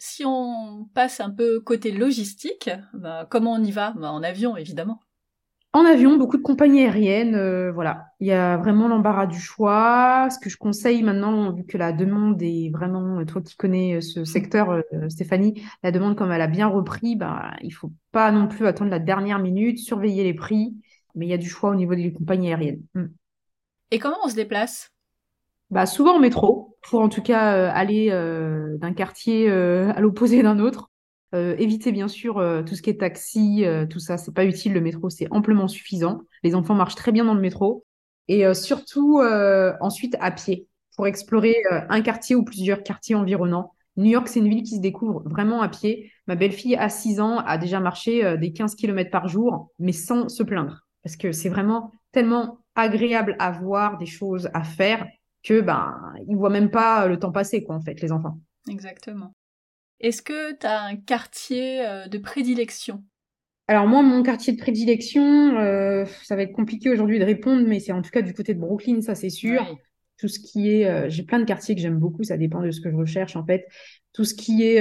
Si on passe un peu côté logistique, comment on y va? En avion, évidemment. En avion, beaucoup de compagnies aériennes, voilà. Il y a vraiment l'embarras du choix. Ce que je conseille maintenant, vu que la demande est vraiment, toi qui connais ce secteur, Stéphanie, la demande, comme elle a bien repris, bah, il faut pas non plus attendre la dernière minute, surveiller les prix, mais il y a du choix au niveau des compagnies aériennes. Mm. Et comment on se déplace? Bah, souvent en métro, pour en tout cas aller d'un quartier à l'opposé d'un autre. Éviter bien sûr tout ce qui est taxi, tout ça, c'est pas utile. Le métro, c'est amplement suffisant. Les enfants marchent très bien dans le métro. Et surtout ensuite à pied pour explorer un quartier ou plusieurs quartiers environnants. New York, c'est une ville qui se découvre vraiment à pied. Ma belle-fille, à 6 ans, a déjà marché des 15 kilomètres par jour, mais sans se plaindre. Parce que c'est vraiment tellement agréable à voir, des choses à faire que ils voient même pas le temps passer, quoi, en fait, les enfants. Exactement. Est-ce que tu as un quartier de prédilection? Alors moi, mon quartier de prédilection, ça va être compliqué aujourd'hui de répondre, mais c'est en tout cas du côté de Brooklyn, ça c'est sûr. Oui. Tout ce qui est, j'ai plein de quartiers que j'aime beaucoup, ça dépend de ce que je recherche en fait. Tout ce qui est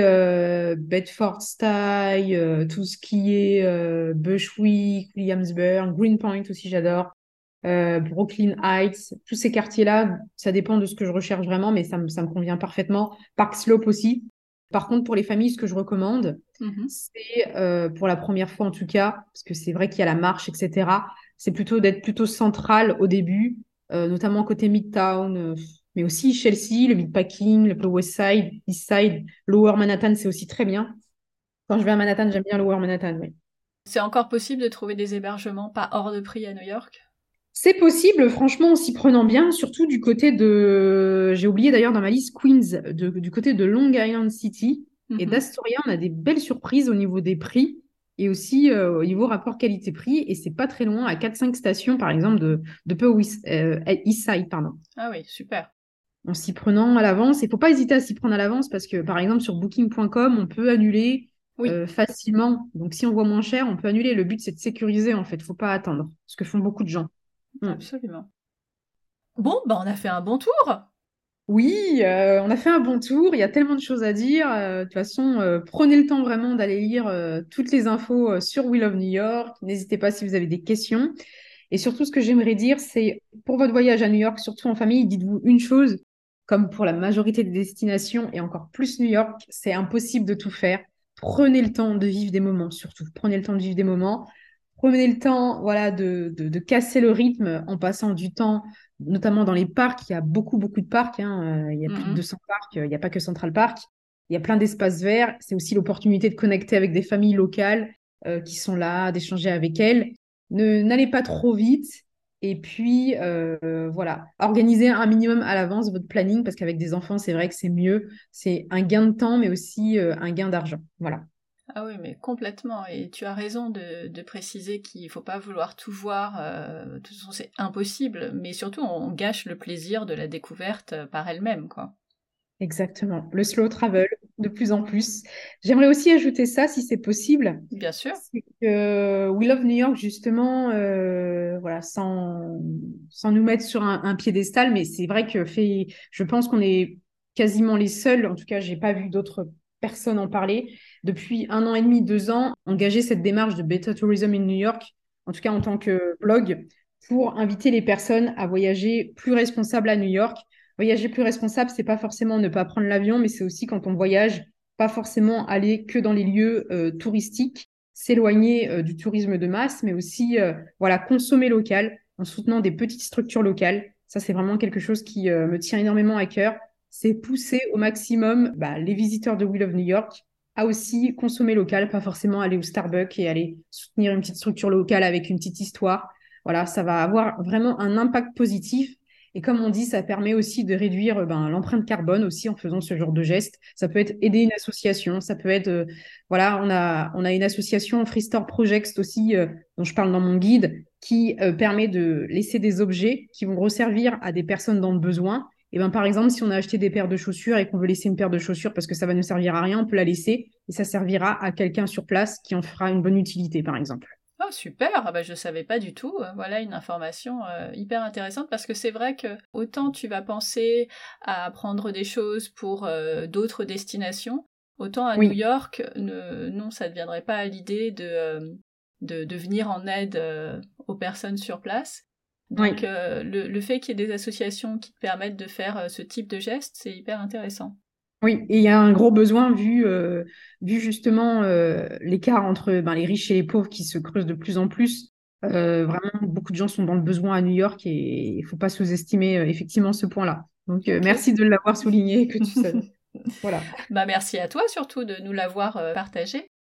Bedford-Stuyes, tout ce qui est Bushwick, Williamsburg, Greenpoint aussi j'adore, Brooklyn Heights, tous ces quartiers-là, ça dépend de ce que je recherche vraiment, mais ça me convient parfaitement. Park Slope aussi. Par contre, pour les familles, ce que je recommande, Mhm. c'est pour la première fois en tout cas, parce que c'est vrai qu'il y a la marche, etc. C'est plutôt d'être plutôt central au début, notamment côté Midtown, mais aussi Chelsea, le Meatpacking, le West Side, East Side, Lower Manhattan, c'est aussi très bien. Quand je vais à Manhattan, j'aime bien Lower Manhattan, oui. C'est encore possible de trouver des hébergements pas hors de prix à New York? C'est possible, franchement, en s'y prenant bien, surtout du côté de, j'ai oublié d'ailleurs dans ma liste Queens, du côté de Long Island City et Mhm. d'Astoria, on a des belles surprises au niveau des prix et aussi au niveau rapport qualité-prix. Et c'est pas très loin, à 4-5 stations, par exemple, de Upper East Side, pardon. Ah oui, super. En s'y prenant à l'avance, il faut pas hésiter à s'y prendre à l'avance parce que, par exemple, sur booking.com, on peut annuler Oui, facilement. Donc, si on voit moins cher, on peut annuler. Le but, c'est de sécuriser, en fait. Faut pas attendre, ce que font beaucoup de gens. Mm. absolument. Bon, on a fait un bon tour. Oui, on a fait un bon tour. Il y a tellement de choses à dire. De toute façon, prenez le temps vraiment d'aller lire toutes les infos sur We Love New York. N'hésitez pas si vous avez des questions. Et surtout, ce que j'aimerais dire, c'est pour votre voyage à New York, surtout en famille, dites-vous une chose, comme pour la majorité des destinations et encore plus New York, c'est impossible de tout faire. Prenez le temps de vivre des moments, surtout. Prenez le temps de vivre des moments. Prenez le temps, voilà, de casser le rythme en passant du temps, notamment dans les parcs. Il y a beaucoup, beaucoup de parcs, hein. Il y a plus de Mhm. 200 parcs. Il n'y a pas que Central Park. Il y a plein d'espaces verts. C'est aussi l'opportunité de connecter avec des familles locales qui sont là, d'échanger avec elles. N'allez pas trop vite. Et puis, voilà, organisez un minimum à l'avance votre planning parce qu'avec des enfants, c'est vrai que c'est mieux. C'est un gain de temps, mais aussi un gain d'argent. Voilà. Ah oui, mais complètement. Et tu as raison de préciser qu'il faut pas vouloir tout voir. De toute façon, c'est impossible. Mais surtout, on gâche le plaisir de la découverte par elle-même, quoi. Exactement. Le slow travel, de plus en plus. J'aimerais aussi ajouter ça, si c'est possible. Bien sûr. C'est que We Love New York, justement, voilà, sans nous mettre sur un piédestal, mais c'est vrai que je pense qu'on est quasiment les seuls, en tout cas, j'ai pas vu d'autres personnes en parler, depuis 1 an et demi, 2 ans, engager cette démarche de Better Tourism in New York, en tout cas en tant que blog, pour inviter les personnes à voyager plus responsables à New York. Voyager plus responsable, c'est pas forcément ne pas prendre l'avion, mais c'est aussi quand on voyage, pas forcément aller que dans les lieux touristiques, s'éloigner du tourisme de masse, mais aussi voilà, consommer local en soutenant des petites structures locales. Ça, c'est vraiment quelque chose qui me tient énormément à cœur. C'est pousser au maximum les visiteurs de We Love New York à aussi consommer local, pas forcément aller au Starbucks et aller soutenir une petite structure locale avec une petite histoire. Voilà, ça va avoir vraiment un impact positif et comme on dit, ça permet aussi de réduire l'empreinte carbone aussi en faisant ce genre de geste. Ça peut être aider une association, ça peut être, voilà, on a une association Freestore Project aussi, dont je parle dans mon guide, qui permet de laisser des objets qui vont resservir à des personnes dans le besoin. Et ben, par exemple, si on a acheté des paires de chaussures et qu'on veut laisser une paire de chaussures parce que ça va ne servir à rien, on peut la laisser et ça servira à quelqu'un sur place qui en fera une bonne utilité, par exemple. Oh super, ah bah, je savais pas du tout. Voilà une information hyper intéressante parce que c'est vrai que autant tu vas penser à prendre des choses pour d'autres destinations, Autant à New Oui, York, non, ça ne viendrait pas à l'idée de venir en aide aux personnes sur place. Donc oui. le fait qu'il y ait des associations qui te permettent de faire ce type de geste, c'est hyper intéressant. Oui, et il y a un gros besoin vu justement l'écart entre les riches et les pauvres qui se creuse de plus en plus. Vraiment, beaucoup de gens sont dans le besoin à New York et il ne faut pas sous-estimer effectivement ce point-là. Donc, Ok. merci de l'avoir souligné, que tu savais. Voilà. Bah merci à toi surtout de nous l'avoir partagé.